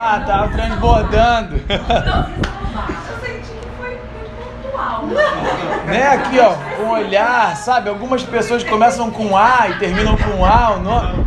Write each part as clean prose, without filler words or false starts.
Tava transbordando. Eu senti que foi pontual. Né, aqui, ó, com olhar, sabe? Algumas pessoas começam com A e terminam com A, o nome.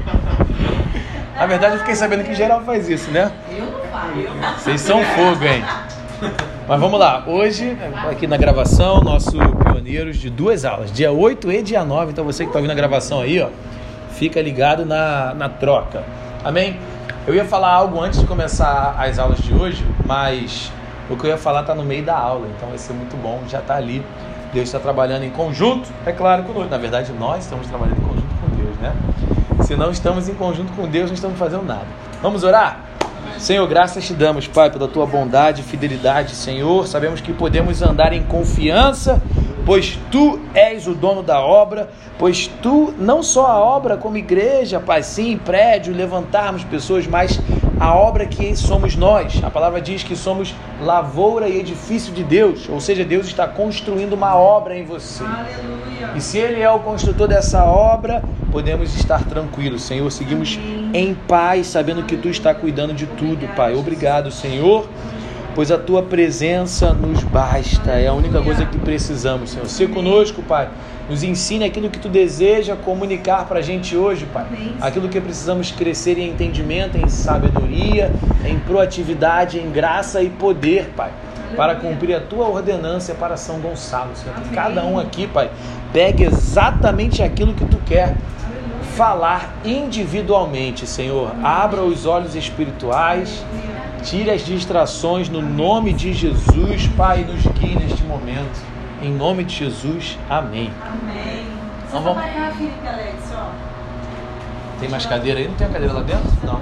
Na verdade, eu fiquei sabendo que geral faz isso, né? Eu não faço. Vocês são fogo, hein? Mas vamos lá. Hoje, aqui na gravação, nosso Pioneiros de 2 aulas. Dia 8 e dia 9. Então, você que está ouvindo a gravação aí, ó, fica ligado na troca. Amém? Eu ia falar algo antes de começar as aulas de hoje, mas o que eu ia falar está no meio da aula, então vai ser muito bom, já está ali. Deus está trabalhando em conjunto, é claro, conosco. Na verdade, nós estamos trabalhando em conjunto com Deus, né? Se não estamos em conjunto com Deus, não estamos fazendo nada. Vamos orar? Senhor, graças te damos, Pai, pela tua bondade e fidelidade, Senhor. Sabemos que podemos andar em confiança, pois tu és o dono da obra, pois tu, não só a obra como igreja, Pai, sim, prédio, levantarmos pessoas, mas a obra que somos nós. A palavra diz que somos lavoura e edifício de Deus, ou seja, Deus está construindo uma obra em você. Aleluia. E se Ele é o construtor dessa obra, podemos estar tranquilos, Senhor. Seguimos em paz, sabendo que tu está cuidando de tudo, Pai. Obrigado, Senhor, pois a tua presença nos basta, é a única coisa que precisamos, Senhor. Se conosco, Pai, nos ensine aquilo que tu deseja comunicar para a gente hoje, Pai. Aquilo que precisamos crescer em entendimento, em sabedoria, em proatividade, em graça e poder, Pai, para cumprir a tua ordenança para São Gonçalo, Senhor. Que cada um aqui, Pai, pegue exatamente aquilo que tu quer falar individualmente, Senhor. Abra os olhos espirituais, tire as distrações no nome de Jesus, Pai, nos guie neste momento. Em nome de Jesus, amém. Amém. Então Você vamos. vai trabalhar, Felipe Alex, ó. Tem mais cadeira aí? Não tem uma cadeira lá dentro? Não.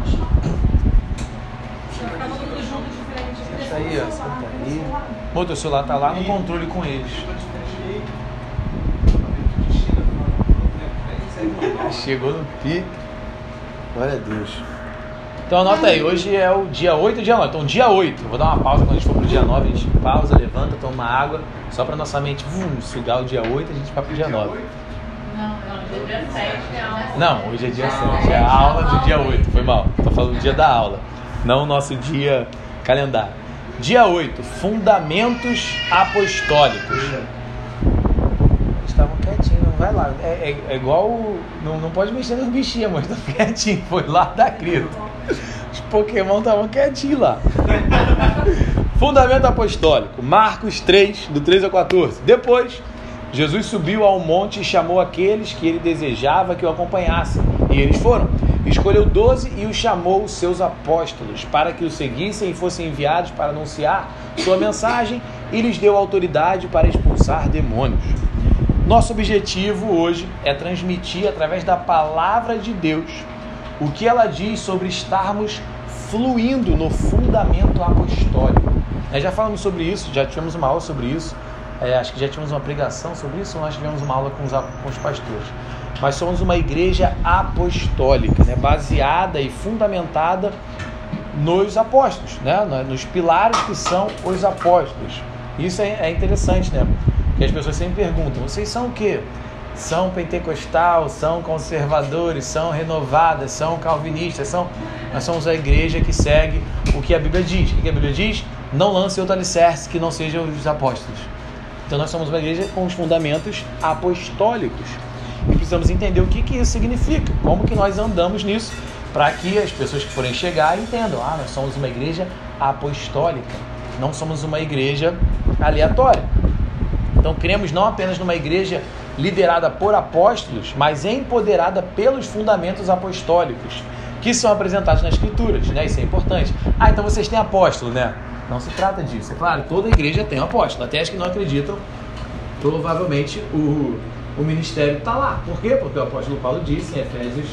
Você vai ficar todo mundo junto, diferente. Deixa aí, ó. Senta aí. O teu celular tá lá no controle com eles. Chegou no pique. Glória a Deus. Então anota aí, hoje é o dia 8 e dia 9. Então dia 8, vou dar uma pausa quando a gente for pro dia 9, a gente pausa, levanta, toma uma água, só pra nossa mente sugar o dia 8 e a gente vai pro dia 9. Não, hoje é dia 7, é a aula. Não, hoje é dia 7, é a aula do dia 8, foi mal. Tô falando do dia da aula, não o nosso dia calendário. Dia 8, Fundamentos Apostólicos. Eles estavam quietinhos, não vai lá. É igual, não pode mexer nos bichinhos, mas tá quietinho, foi lá da crita. Os Pokémon estavam quietinhos lá. Fundamento apostólico, Marcos 3, do 13 ao 14. Depois, Jesus subiu ao monte e chamou aqueles que ele desejava que o acompanhassem. E eles foram. Escolheu 12 e os chamou seus apóstolos para que o seguissem e fossem enviados para anunciar sua mensagem, e lhes deu autoridade para expulsar demônios. Nosso objetivo hoje é transmitir através da palavra de Deus o que ela diz sobre estarmos fluindo no fundamento apostólico. Nós já falamos sobre isso, já tivemos uma aula sobre isso, acho que já tivemos uma pregação sobre isso, ou nós tivemos uma aula com os pastores. Mas somos uma igreja apostólica, né, baseada e fundamentada nos apóstolos, né, nos pilares que são os apóstolos. Isso é interessante, né? Porque as pessoas sempre perguntam, vocês são o quê? São pentecostal, são conservadores, são renovadas, são calvinistas, nós somos a igreja que segue o que a Bíblia diz. O que a Bíblia diz? Não lance outro alicerce que não sejam os apóstolos. Então nós somos uma igreja com os fundamentos apostólicos. E precisamos entender o que isso significa, como que nós andamos nisso, para que as pessoas que forem chegar entendam, nós somos uma igreja apostólica, não somos uma igreja aleatória. Então cremos não apenas numa igreja liderada por apóstolos, mas empoderada pelos fundamentos apostólicos, que são apresentados nas Escrituras, né? Isso é importante. Então vocês têm apóstolo, né? Não se trata disso. É claro, toda igreja tem um apóstolo. Até as que não acreditam, provavelmente o ministério está lá. Por quê? Porque o apóstolo Paulo disse em Efésios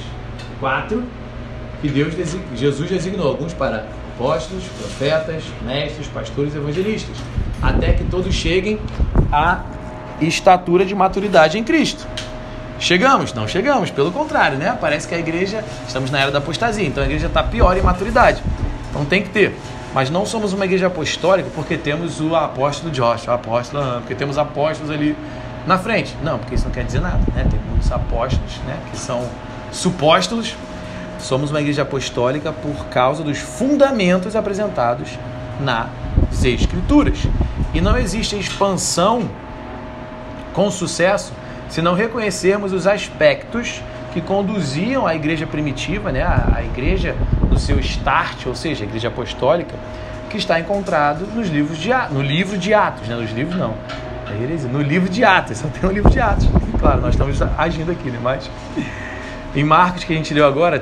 4 que Jesus designou alguns para apóstolos, profetas, mestres, pastores e evangelistas, até que todos cheguem à estatura de maturidade em Cristo. Chegamos? Não chegamos, pelo contrário, né? Parece que a igreja, estamos na era da apostasia, então a igreja está pior em maturidade. Então tem que ter. Mas não somos uma igreja apostólica porque temos o apóstolo Joshua, porque temos apóstolos ali na frente. Não, porque isso não quer dizer nada, né? Tem muitos apóstolos, né, que são supóstolos, somos uma igreja apostólica por causa dos fundamentos apresentados nas Escrituras. E não existe expansão com sucesso se não reconhecermos os aspectos que conduziam a igreja primitiva, né, a igreja no seu start, ou seja, a igreja apostólica, que está encontrado no livro de Atos, né, nos livros não, no livro de Atos, só tem um livro de Atos, claro, nós estamos agindo aqui, né, mas em Marcos, que a gente leu agora,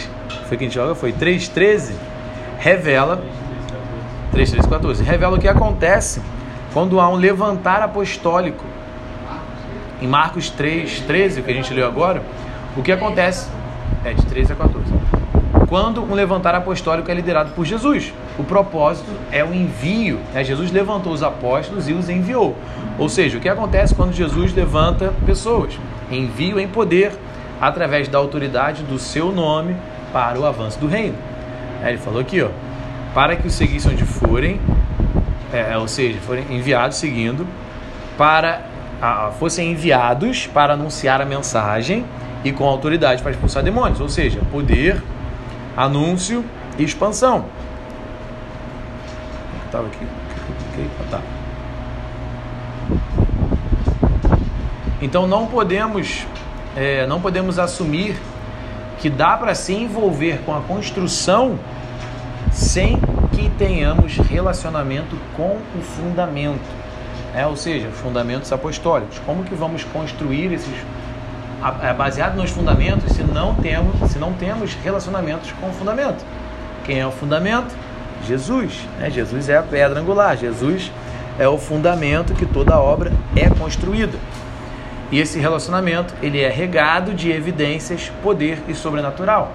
3:13, revela, 3:14, revela o que acontece quando há um levantar apostólico. Em Marcos 3:13, que a gente leu agora, o que acontece de 13 a 14. Quando um levantar apostólico é liderado por Jesus, o propósito é o envio, né? Jesus levantou os apóstolos e os enviou. Ou seja, o que acontece quando Jesus levanta pessoas? Envio em poder, através da autoridade do seu nome para o avanço do reino. Ele falou aqui, para que os seguissem onde forem, ou seja, forem enviados seguindo, fossem enviados para anunciar a mensagem e com autoridade para expulsar demônios, ou seja, poder, anúncio e expansão. Estava aqui. Tá. Então não podemos assumir que dá para se envolver com a construção sem que tenhamos relacionamento com o fundamento, ou seja, os fundamentos apostólicos. Como que vamos construir esses baseado nos fundamentos se não temos relacionamentos com o fundamento? Quem é o fundamento? Jesus, né? Jesus é a pedra angular, Jesus é o fundamento que toda obra é construída. E esse relacionamento, ele é regado de evidências, poder e sobrenatural.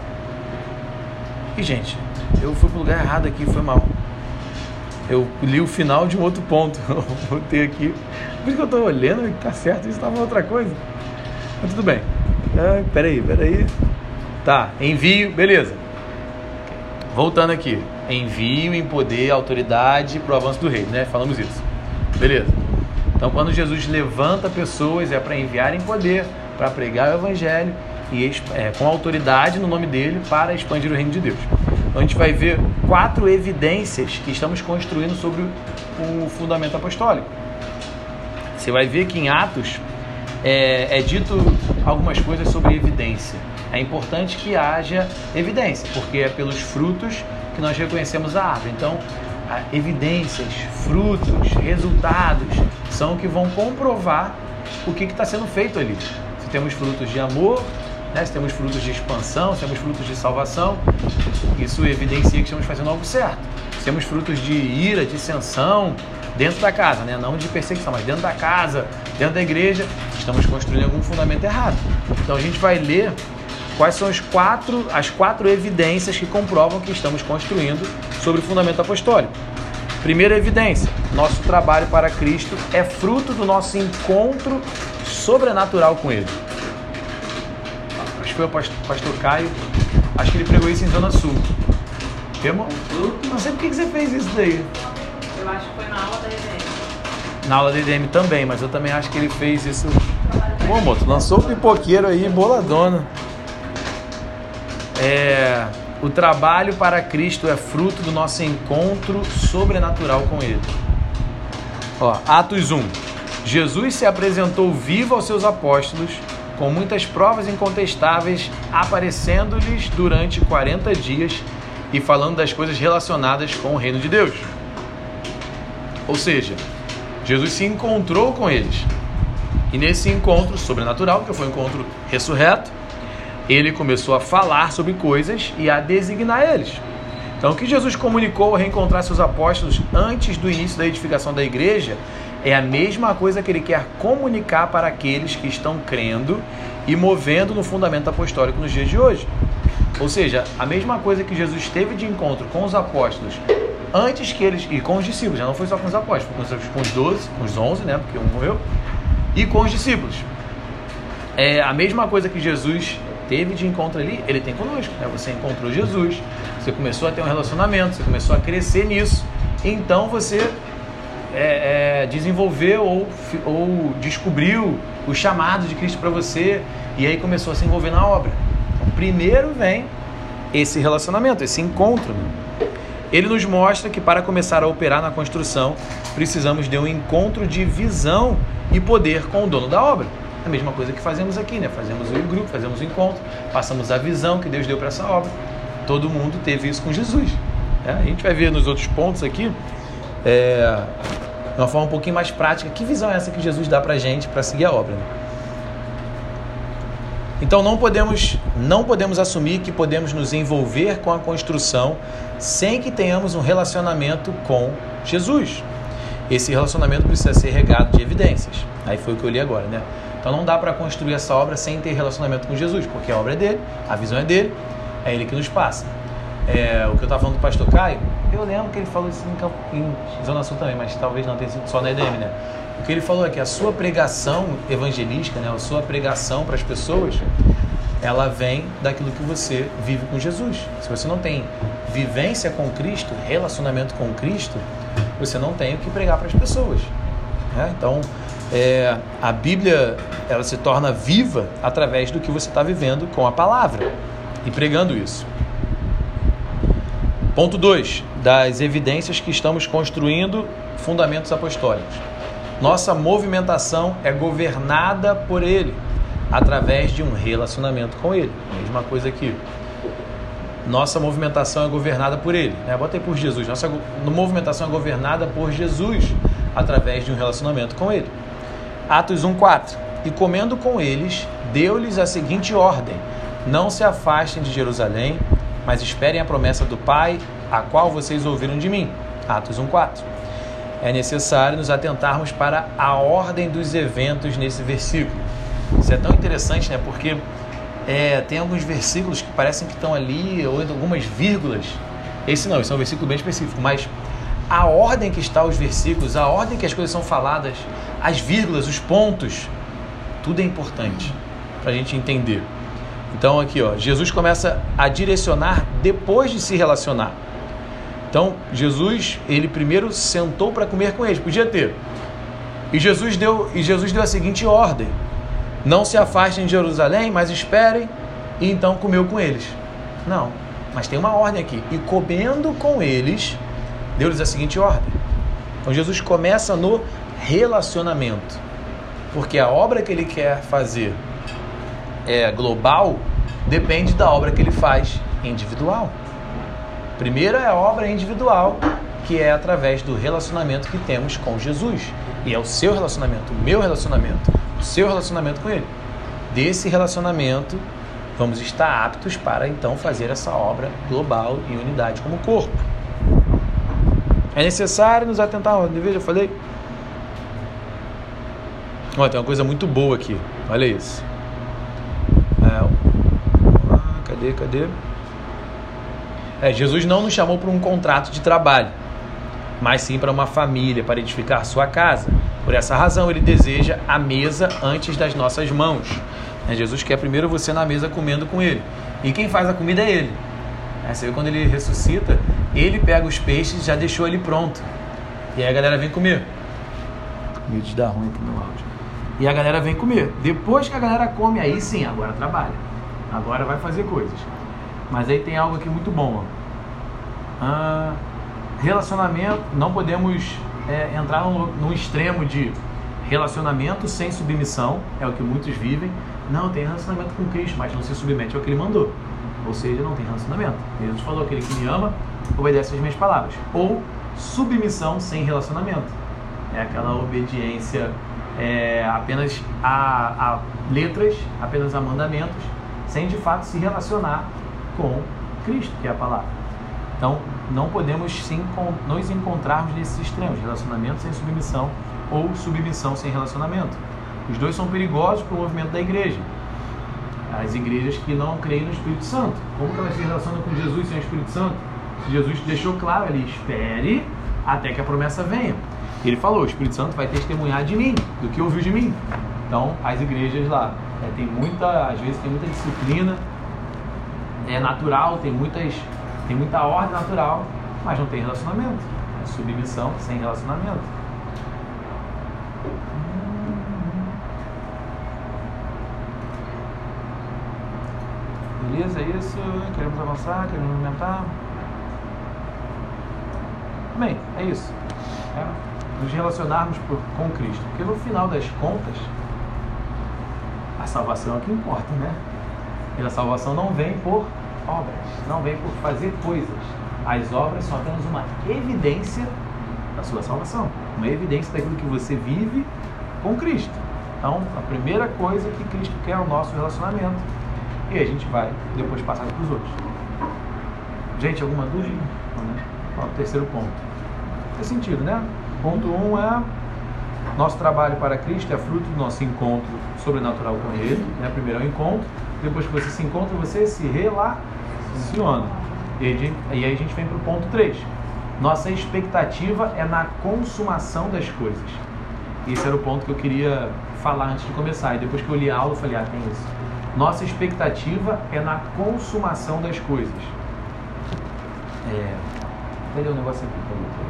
E, gente, eu fui para o lugar errado aqui, foi mal. Eu li o final de um outro ponto. Eu botei aqui. Por isso que eu estou olhando, tá certo, isso estava outra coisa. Mas tudo bem. Peraí. Tá, envio, beleza. Voltando aqui. Envio em poder, autoridade para o avanço do reino, né? Falamos isso. Beleza. Então, quando Jesus levanta pessoas, é para enviar em poder, para pregar o evangelho e com autoridade no nome dele para expandir o reino de Deus. Então, a gente vai ver 4 evidências que estamos construindo sobre o fundamento apostólico. Você vai ver que em Atos é dito algumas coisas sobre evidência. É importante que haja evidência, porque é pelos frutos que nós reconhecemos a árvore. Então, evidências, frutos, resultados são que vão comprovar o que está sendo feito ali. Se temos frutos de amor, né? Se temos frutos de expansão, se temos frutos de salvação, isso evidencia que estamos fazendo algo certo. Se temos frutos de ira, dissensão, dentro da casa, né? Não de perseguição, mas dentro da casa, dentro da igreja, estamos construindo algum fundamento errado. Então a gente vai ler quais são as quatro evidências que comprovam que estamos construindo sobre o fundamento apostólico. Primeira evidência: nosso trabalho para Cristo é fruto do nosso encontro sobrenatural com Ele. Acho que foi o pastor Caio, acho que ele pregou isso em Zona Sul. Não sei por que você fez isso daí. Eu acho que foi na aula da EDM. Na aula da EDM também, mas eu também acho que ele fez isso. Bom, moço, lançou o pipoqueiro aí, boladona. O trabalho para Cristo é fruto do nosso encontro sobrenatural com Ele. Atos 1. Jesus se apresentou vivo aos seus apóstolos, com muitas provas incontestáveis, aparecendo-lhes durante 40 dias e falando das coisas relacionadas com o reino de Deus. Ou seja, Jesus se encontrou com eles. E nesse encontro sobrenatural, que foi um encontro ressurreto, ele começou a falar sobre coisas e a designar eles. Então, o que Jesus comunicou ao reencontrar seus apóstolos antes do início da edificação da igreja é a mesma coisa que ele quer comunicar para aqueles que estão crendo e movendo no fundamento apostólico nos dias de hoje. Ou seja, a mesma coisa que Jesus teve de encontro com os apóstolos antes que eles... E com os discípulos, já não foi só com os apóstolos, foi com os 12, com os 11, né? Porque um morreu. E com os discípulos. É a mesma coisa que Jesus teve de encontro ali, ele tem conosco, né? Você encontrou Jesus, você começou a ter um relacionamento, você começou a crescer nisso, então você desenvolveu ou descobriu o chamado de Cristo para você, e aí começou a se envolver na obra. Então, primeiro vem esse relacionamento, esse encontro. Ele nos mostra que para começar a operar na construção, precisamos de um encontro de visão e poder com o dono da obra. É a mesma coisa que fazemos aqui, né? Fazemos o grupo, fazemos o encontro, passamos a visão que Deus deu para essa obra. Todo mundo teve isso com Jesus. A gente vai ver nos outros pontos aqui, de uma forma um pouquinho mais prática, que visão é essa que Jesus dá para a gente para seguir a obra, né? Então não podemos assumir que podemos nos envolver com a construção sem que tenhamos um relacionamento com Jesus. Esse relacionamento precisa ser regado de evidências. Aí foi o que eu li agora, né? Então não dá para construir essa obra sem ter relacionamento com Jesus, porque a obra é dele, a visão é dele, é ele que nos passa. O que eu estava falando do pastor Caio, eu lembro que ele falou isso em Zona Sul também, mas talvez não tenha sido só na EDM, né? O que ele falou é que a sua pregação evangelística, né, a sua pregação para as pessoas, ela vem daquilo que você vive com Jesus. Se você não tem vivência com Cristo, relacionamento com Cristo, você não tem o que pregar para as pessoas, né? Então, a Bíblia, ela se torna viva através do que você está vivendo com a palavra e pregando isso. Ponto 2, das evidências que estamos construindo fundamentos apostólicos. Nossa movimentação é governada por Ele, através de um relacionamento com Ele. Mesma coisa aqui. Nossa movimentação é governada por Ele, né? Bota aí por Jesus. Nossa movimentação é governada por Jesus, através de um relacionamento com Ele. Atos 1:4. E comendo com eles, deu-lhes a seguinte ordem: não se afastem de Jerusalém, mas esperem a promessa do Pai, a qual vocês ouviram de mim. Atos 1:4. É necessário nos atentarmos para a ordem dos eventos nesse versículo. Isso é tão interessante, né? Porque tem alguns versículos que parecem que estão ali, ou algumas vírgulas. Esse é um versículo bem específico, mas a ordem que está os versículos, a ordem que as coisas são faladas, as vírgulas, os pontos, tudo é importante para a gente entender. Então aqui, Jesus começa a direcionar depois de se relacionar. Então, Jesus, ele primeiro sentou para comer com eles, podia ter. E Jesus deu a seguinte ordem: não se afastem de Jerusalém, mas esperem, e então comeu com eles. Não, mas tem uma ordem aqui. E comendo com eles, deu-lhes a seguinte ordem. Então, Jesus começa no relacionamento, porque a obra que ele quer fazer global, depende da obra que ele faz individual. Primeiro é a obra individual, que é através do relacionamento que temos com Jesus. E é o seu relacionamento, o meu relacionamento, o seu relacionamento com Ele. Desse relacionamento, vamos estar aptos para então fazer essa obra global em unidade como corpo. É necessário nos atentar à ordem. Veja, eu falei. Olha, tem uma coisa muito boa aqui. Olha isso. Cadê? Jesus não nos chamou para um contrato de trabalho, mas sim para uma família, para edificar sua casa. Por essa razão, ele deseja a mesa antes das nossas mãos. Jesus quer primeiro você na mesa comendo com ele. E quem faz a comida é ele. Você vê quando ele ressuscita, ele pega os peixes e já deixou ele pronto. E aí a galera vem comer. Medo de dar ruim aqui no áudio. E a galera vem comer. Depois que a galera come, aí sim, agora trabalha. Agora vai fazer coisas. Mas aí tem algo aqui muito bom. Relacionamento, não podemos entrar num extremo de relacionamento sem submissão, é o que muitos vivem. Não, tem relacionamento com Cristo, mas não se submete ao que ele mandou. Ou seja, não tem relacionamento. Jesus falou: aquele que me ama, obedece às minhas palavras. Ou submissão sem relacionamento. É aquela obediência apenas a letras, apenas a mandamentos, sem de fato se relacionar com Cristo, que é a palavra. Então, não podemos nos encontrarmos nesses extremos, relacionamento sem submissão ou submissão sem relacionamento. Os dois são perigosos para o movimento da igreja. As igrejas que não creem no Espírito Santo. Como que elas se relacionam com Jesus sem o Espírito Santo? Jesus deixou claro ali: espere até que a promessa venha. Ele falou: o Espírito Santo vai testemunhar de mim, do que ouviu de mim. Então, as igrejas lá, às vezes tem muita disciplina, natural, tem muita ordem natural, mas não tem relacionamento. É submissão sem relacionamento. Beleza, é isso. Queremos avançar, queremos aumentar. Bem, é isso. Nos relacionarmos com Cristo. Porque no final das contas, a salvação é o que importa, né? E a salvação não vem por obras, não vem por fazer coisas. As obras são apenas uma evidência da sua salvação, uma evidência daquilo que você vive com Cristo. Então, a primeira coisa que Cristo quer é o nosso relacionamento. E a gente vai depois passar para os outros. Gente, alguma dúvida? Não, né? Qual é o terceiro ponto? Faz sentido, né? Ponto 1 é: nosso trabalho para Cristo é fruto do nosso encontro sobrenatural com Ele, né? Primeiro é o encontro, depois que você se encontra, você se relaciona. E aí a gente vem para o ponto 3. Nossa expectativa é na consumação das coisas. Esse era o ponto que eu queria falar antes de começar. E depois que eu li a aula, eu falei, tem isso. Nossa expectativa é na consumação das coisas. Vou ler um negócio aqui.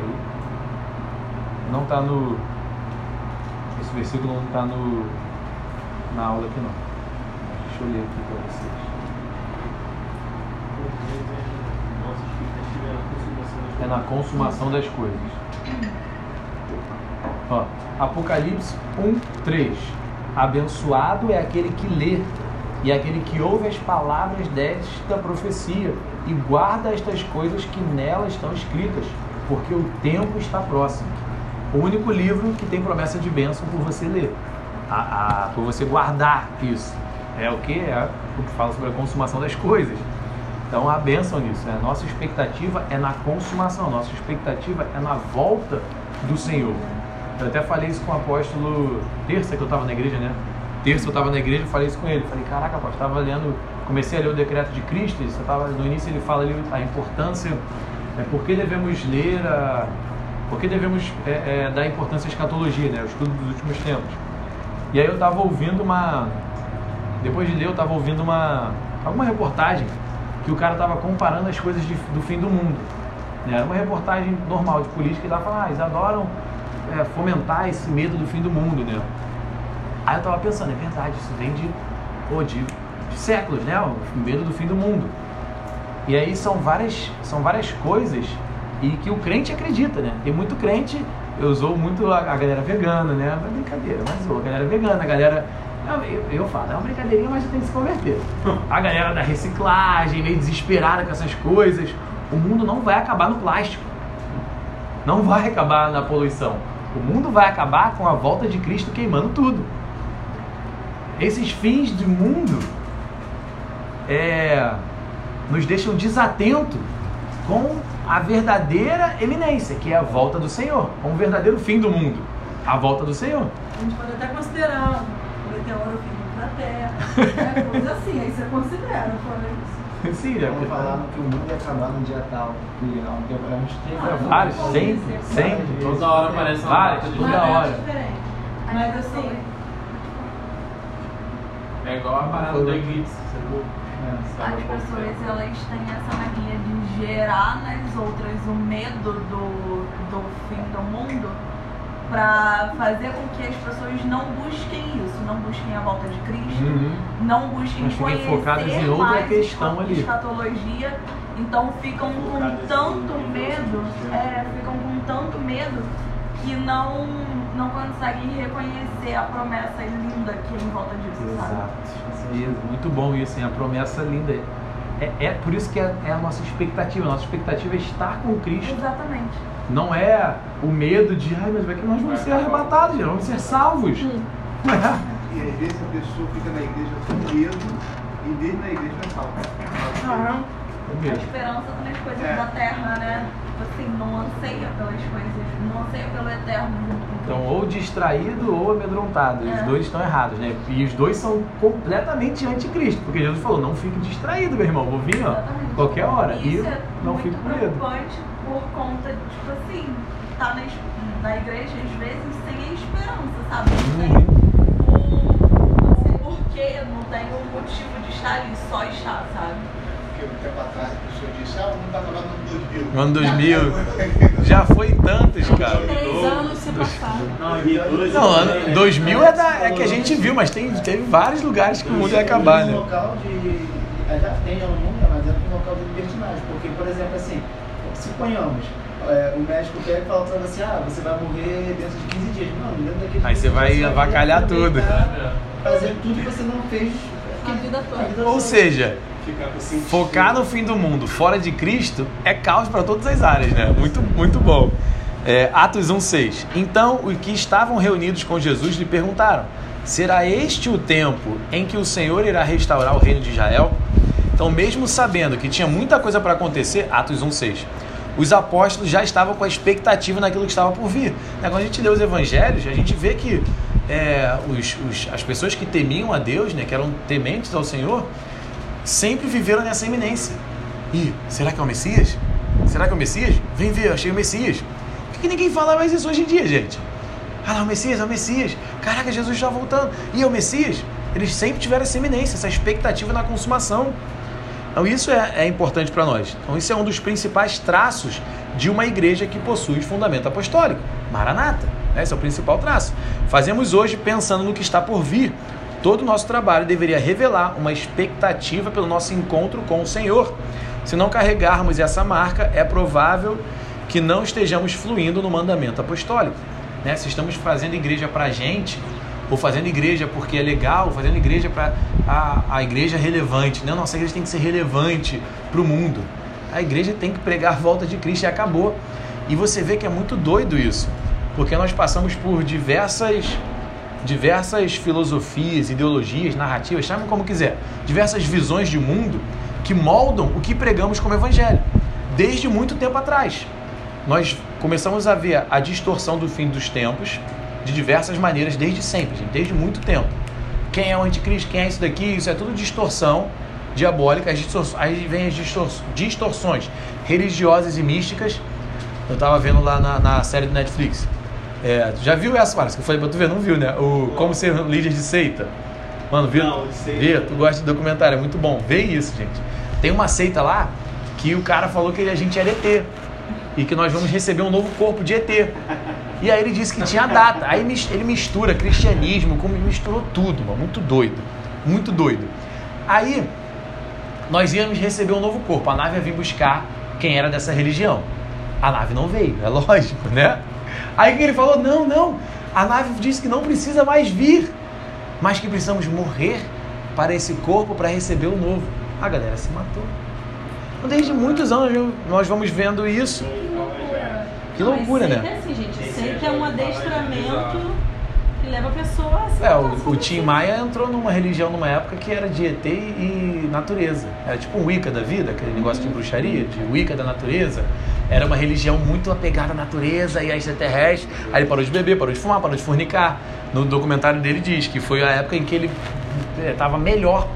Não está no... Esse versículo não está na aula aqui, não. Deixa eu ler aqui para vocês. É na consumação das coisas. Ó, Apocalipse 1:3. Abençoado é aquele que lê e aquele que ouve as palavras desta profecia e guarda estas coisas que nela estão escritas, porque o tempo está próximo. O único livro que tem promessa de bênção por você ler, por você guardar isso. É o que? É o que fala sobre a consumação das coisas. Então a bênção nisso, né? Nossa expectativa é na consumação, nossa expectativa é na volta do Senhor. Eu até falei isso com o apóstolo terça que eu estava na igreja, né? Terça eu estava na igreja e falei isso com ele. Falei, caraca, apóstolo, estava lendo, comecei a ler o decreto de Cristo. No início ele fala ali a importância, por que devemos ler, por que devemos dar importância à escatologia, né? O estudo dos últimos tempos. E aí eu estava ouvindo depois de ler, eu estava ouvindo alguma reportagem que o cara estava comparando as coisas do fim do mundo. Era uma reportagem normal de política e ele estava falando, eles adoram fomentar esse medo do fim do mundo, né? Aí eu estava pensando, é verdade, isso vem de séculos, né? O medo do fim do mundo. E aí são várias coisas e que o crente acredita, né? Tem muito crente, eu usou muito a galera vegana, né? Não é brincadeira, mas a galera vegana, a galera... Eu falo, é uma brincadeirinha, mas tem que se converter. A galera da reciclagem, meio desesperada com essas coisas. O mundo não vai acabar no plástico. Não vai acabar na poluição. O mundo vai acabar com a volta de Cristo queimando tudo. Esses fins do mundo nos deixam desatentos com a verdadeira eminência, que é a volta do Senhor. Com o verdadeiro fim do mundo. A volta do Senhor. A gente pode até considerar meteoro vindo pra Terra, coisa assim, aí você considera, fora isso. Sim, porque falaram que o mundo ia acabar no dia tal, que há um tempo a gente teve vários, sempre. Toda hora aparece uma vários, data toda hora. Diferente. Mas assim, é igual a parada do eclipse, você viu? As pessoas, elas têm essa mania de gerar nas outras o medo do fim do mundo, para fazer com que as pessoas não busquem isso, não busquem a volta de Cristo, não busquem conhecer focadas em outra mais questão ali. Escatologia, então ficam com tanto medo, que não conseguem reconhecer a promessa linda que é em volta disso, sabe? Exato, muito bom isso, hein? A promessa linda. É por isso que é a nossa expectativa. A nossa expectativa é estar com Cristo. Exatamente. Não é o medo de, mas vai que nós vamos ser arrebatados, vamos ser salvos. E às vezes a pessoa fica na igreja com medo e desde na igreja é salva. A esperança está nas coisas da terra, né? Assim, não anseia pelas coisas, não anseia pelo eterno. Então, ou distraído ou amedrontado. Os dois estão errados, né? E os dois são completamente anticristo. Porque Jesus falou, não fique distraído, meu irmão. Vou vir, qualquer hora. Isso e não fique com medo. É preocupante por conta de, tipo assim, tá na igreja, às vezes, sem a esperança, sabe? Não sei porquê, não tem um motivo de estar ali, só estar, sabe? Porque um tempo atrás a pessoa disse, o mundo vai acabar no ano 2000. Ano 2000. Já foi tantos, cara. 3 anos se passaram. Não, ano 2000 é que a gente viu, mas teve vários lugares que o mundo ia acabar, né? Um local de já tem no mundo, mas é um local de libertinagem. Porque, por exemplo, assim, suponhamos, o médico pega e fala pra você, você vai morrer dentro de 15 dias. Não, dentro daquele Aí você vai avacalhar tudo. Fazer tudo que você não fez A vida toda. Ou seja, focar no fim do mundo fora de Cristo é caos para todas as áreas, né? Muito, muito bom. Atos 1:6. Então, os que estavam reunidos com Jesus lhe perguntaram: será este o tempo em que o Senhor irá restaurar o reino de Israel? Então, mesmo sabendo que tinha muita coisa para acontecer, Atos 1:6, os apóstolos já estavam com a expectativa naquilo que estava por vir. Quando a gente lê os evangelhos, a gente vê que as pessoas que temiam a Deus, né, que eram tementes ao Senhor, sempre viveram nessa iminência. E será que é o Messias? Será que é o Messias? Vem ver, eu achei o Messias. Por que ninguém fala mais isso hoje em dia, gente? Não, é o Messias, é o Messias. Caraca, Jesus está voltando. E é o Messias? Eles sempre tiveram essa iminência, essa expectativa na consumação. Então isso é importante para nós. Então isso é um dos principais traços de uma igreja que possui fundamento apostólico. Maranata, né? Esse é o principal traço. Fazemos hoje pensando no que está por vir. Todo o nosso trabalho deveria revelar uma expectativa pelo nosso encontro com o Senhor. Se não carregarmos essa marca, é provável que não estejamos fluindo no mandamento apostólico. Né? Se estamos fazendo igreja para a gente, ou fazendo igreja porque é legal, ou fazendo igreja para a igreja relevante. Não, nossa igreja tem que ser relevante para o mundo. A igreja tem que pregar a volta de Cristo e acabou. E você vê que é muito doido isso, porque nós passamos por diversas filosofias, ideologias, narrativas, chame como quiser, diversas visões de mundo que moldam o que pregamos como evangelho, desde muito tempo atrás. Nós começamos a ver a distorção do fim dos tempos de diversas maneiras, desde sempre, gente, desde muito tempo. Quem é o anticristo, quem é isso daqui, isso é tudo distorção diabólica. Aí vem as distorções religiosas e místicas. Eu estava vendo lá na série do Netflix. Já viu essa, Marcos? Que eu falei pra tu ver, não viu, né? Como ser líder de seita. Mano, viu? Não, de seita. Vê, tu gosta de documentário, é muito bom. Vê isso, gente. Tem uma seita lá que o cara falou que a gente era ET. E que nós vamos receber um novo corpo de ET. E aí ele disse que tinha data. Aí ele mistura cristianismo, misturou tudo, mano. Muito doido. Muito doido. Aí nós íamos receber um novo corpo. A nave ia vir buscar quem era dessa religião. A nave não veio, é lógico, né? Aí o que ele falou? Não. A nave disse que não precisa mais vir, mas que precisamos morrer para esse corpo, para receber o novo. A galera se matou. Então, desde muitos anos nós vamos vendo isso. Que loucura, Mas né? É assim, gente. Seita é um adestramento que leva a pessoa a ser O Tim Maia entrou numa religião numa época que era de ET e natureza. Era tipo um Wicca da vida, aquele negócio de bruxaria, de Wicca da natureza. Era uma religião muito apegada à natureza e a extraterrestre. Aí ele parou de beber, parou de fumar, parou de fornicar. No documentário dele diz que foi a época em que ele estava melhor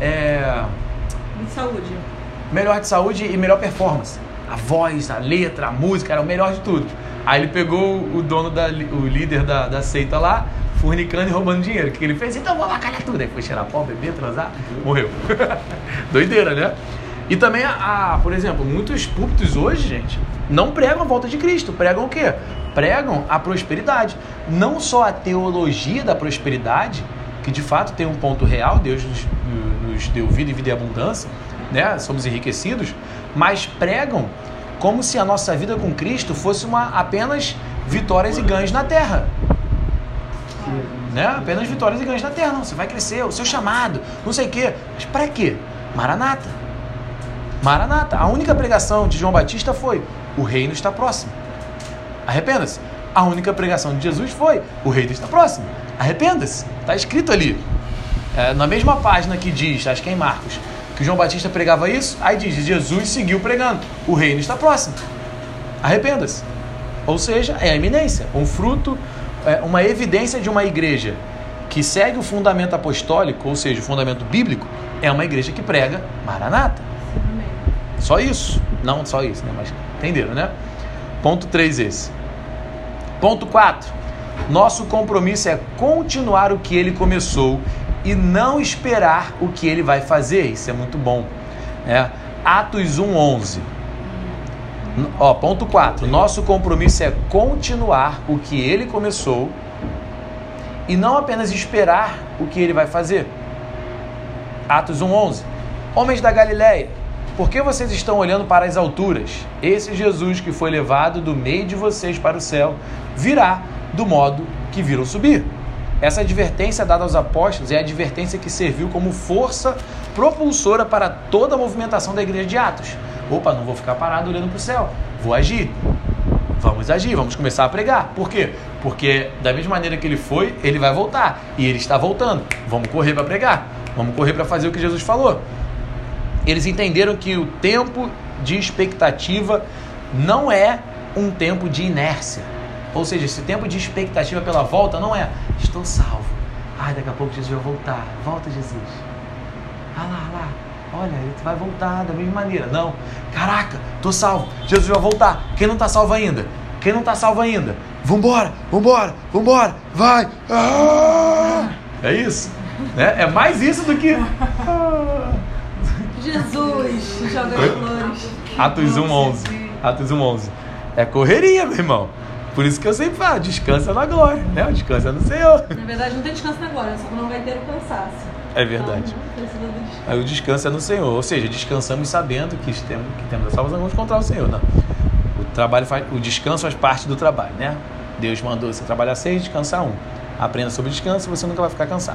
De saúde. melhor de saúde e melhor performance. A voz, a letra, a música, era o melhor de tudo. Aí ele pegou o dono, o líder da seita lá, fornicando e roubando dinheiro. O que ele fez? Então vou avacalhar tudo. Aí foi cheirar pau, beber, transar, morreu. Doideira, né? E também, por exemplo, muitos púlpitos hoje, gente, não pregam a volta de Cristo. Pregam o quê? Pregam a prosperidade. Não só a teologia da prosperidade, que de fato tem um ponto real, Deus nos deu vida e vida em abundância, né? Somos enriquecidos, mas pregam como se a nossa vida com Cristo fosse apenas vitórias e ganhos na terra. Né? Apenas vitórias e ganhos na terra. Não, você vai crescer, o seu chamado, não sei o quê. Mas para quê? Maranata. Maranata. A única pregação de João Batista foi: o reino está próximo. Arrependa-se. A única pregação de Jesus foi: o reino está próximo. Arrependa-se. Está escrito ali. Na mesma página que diz, acho que é em Marcos, que João Batista pregava isso, aí diz: Jesus seguiu pregando: o reino está próximo. Arrependa-se. Ou seja, é a iminência. Um fruto, uma evidência de uma igreja que segue o fundamento apostólico, ou seja, o fundamento bíblico, é uma igreja que prega Maranata. Só isso. Não só isso, né? Mas entenderam, né? Ponto 3 esse. Ponto 4. Nosso compromisso é continuar o que ele começou e não esperar o que ele vai fazer. Isso é muito bom. Atos 1:11. Ponto 4. Nosso compromisso é continuar o que ele começou e não apenas esperar o que ele vai fazer. Atos 1:11. Homens da Galileia, por que vocês estão olhando para as alturas? Esse Jesus que foi levado do meio de vocês para o céu virá do modo que viram subir. Essa advertência dada aos apóstolos é a advertência que serviu como força propulsora para toda a movimentação da igreja de Atos. Opa, não vou ficar parado olhando para o céu, vou agir. Vamos agir, vamos começar a pregar. Por quê? Porque da mesma maneira que ele foi, ele vai voltar. E ele está voltando. Vamos correr para pregar. Vamos correr para fazer o que Jesus falou. Eles entenderam que o tempo de expectativa não é um tempo de inércia. Ou seja, esse tempo de expectativa pela volta não é estou salvo. Ai, daqui a pouco Jesus vai voltar. Volta, Jesus. Lá. Olha, ele vai voltar da mesma maneira. Não. Caraca, tô salvo. Jesus vai voltar. Quem não tá salvo ainda? Vambora. Vai. É isso. Né? É mais isso do que... Jesus, joga flores. Atos 1:11. É correria, meu irmão. Por isso que eu sempre falo, descansa na glória, né? Descansa no Senhor. Na verdade, não tem descanso na glória, só que não vai ter o cansaço. É verdade. Aí o descanso é no Senhor. Ou seja, descansamos sabendo que temos a salvação, vamos encontrar o Senhor. Não. O descanso faz parte do trabalho, né? Deus mandou você trabalhar 6, descansar 1. Aprenda sobre descanso e você nunca vai ficar cansado.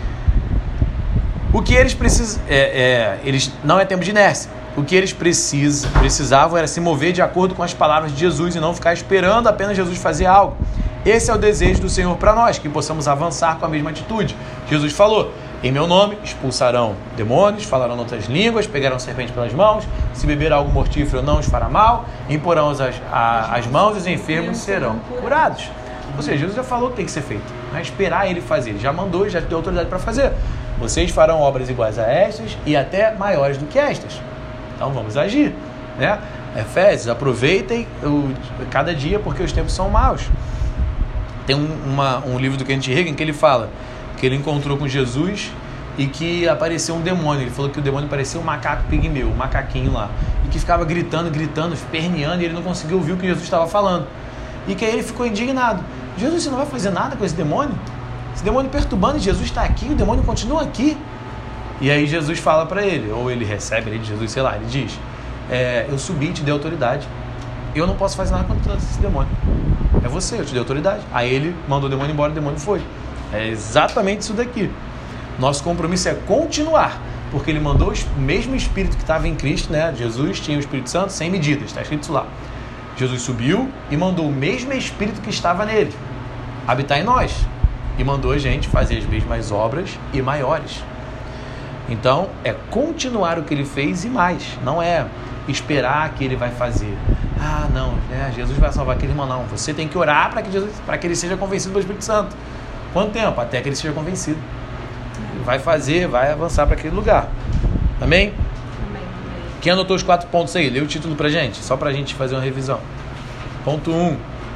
O que eles precisam... eles não é tempo de inércia. O que eles precisavam era se mover de acordo com as palavras de Jesus e não ficar esperando apenas Jesus fazer algo. Esse é o desejo do Senhor para nós, que possamos avançar com a mesma atitude. Jesus falou: em meu nome expulsarão demônios, falarão outras línguas, pegarão serpente pelas mãos, se beber algo mortífero não os fará mal, imporão as mãos e os enfermos serão curados. Ou seja, Jesus já falou o que tem que ser feito. Não é esperar ele fazer, ele já mandou, já deu autoridade para fazer. Vocês farão obras iguais a estas e até maiores do que estas. Então vamos agir, né? Efésios, aproveitem cada dia porque os tempos são maus. Tem um livro do Kenneth Hagin que ele fala que ele encontrou com Jesus e que apareceu um demônio. Ele falou que o demônio parecia um macaco pigmeu, um macaquinho lá, e que ficava gritando, esperneando, e ele não conseguia ouvir o que Jesus estava falando. E que aí ele ficou indignado. Jesus, você não vai fazer nada com esse demônio? Esse demônio perturbando, e Jesus está aqui, o demônio continua aqui. E aí Jesus fala para ele, ou ele recebe ele de Jesus, sei lá, ele diz: eu subi e te dei autoridade. Eu não posso fazer nada contra esse demônio. É você, eu te dei autoridade. Aí ele mandou o demônio embora, o demônio foi. É exatamente isso daqui. Nosso compromisso é continuar, porque ele mandou o mesmo Espírito que estava em Cristo, né? Jesus tinha o Espírito Santo sem medidas, está escrito isso lá. Jesus subiu e mandou o mesmo Espírito que estava nele habitar em nós. E mandou a gente fazer as mesmas obras e maiores. Então, é continuar o que ele fez e mais. Não é esperar que ele vai fazer. Ah, não, né? Jesus vai salvar aquele irmão. Não, você tem que orar para que ele seja convencido pelo Espírito Santo. Quanto tempo? Até que ele seja convencido. Ele vai fazer, vai avançar para aquele lugar. Amém? Amém. Quem anotou os 4 pontos aí? Lê o título pra gente, só pra gente fazer uma revisão. Ponto 1.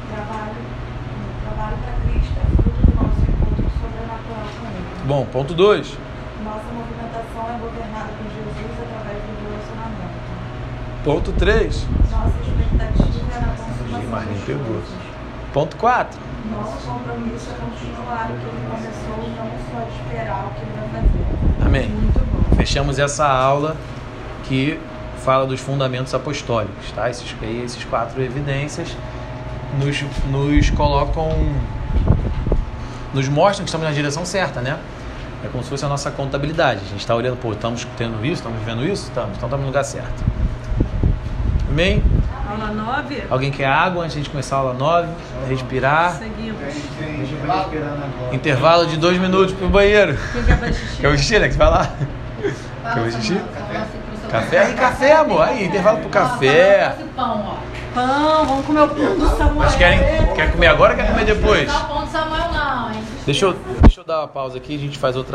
Trabalho para Cristo é fruto do nosso encontro sobrenatural com Ele. Bom, ponto 2. Nossa movimentação é governada por Jesus através do relacionamento. Ponto 3. Nossa expectativa é na consumação Mas nem das pegou. coisas. Ponto 4. Nosso compromisso é continuar o que Ele começou e não só esperar o que Ele vai fazer. Amém. Muito bom. Fechamos essa aula que fala dos fundamentos apostólicos, tá? Esses 4 evidências nos colocam, nos mostram que estamos na direção certa, né? É como se fosse a nossa contabilidade. A gente está olhando, estamos tendo isso, estamos vivendo isso? Estamos, então estamos no lugar certo. Amém? Aula 9? Alguém quer água antes de a gente começar a aula 9? Respirar. Seguimos. Intervalo de 2 minutos pro banheiro. Quem quer fazer xixi? Quer o xixi, né? Que você vai lá. Quer o xixi? Café? E café, amor. Aí, intervalo pro café. Pão, Pão, vamos comer o pão do Samuel. Mas quer comer agora ou quer comer depois? Não, pão do Samuel não, hein? Deixa eu dar uma pausa aqui e a gente faz outra.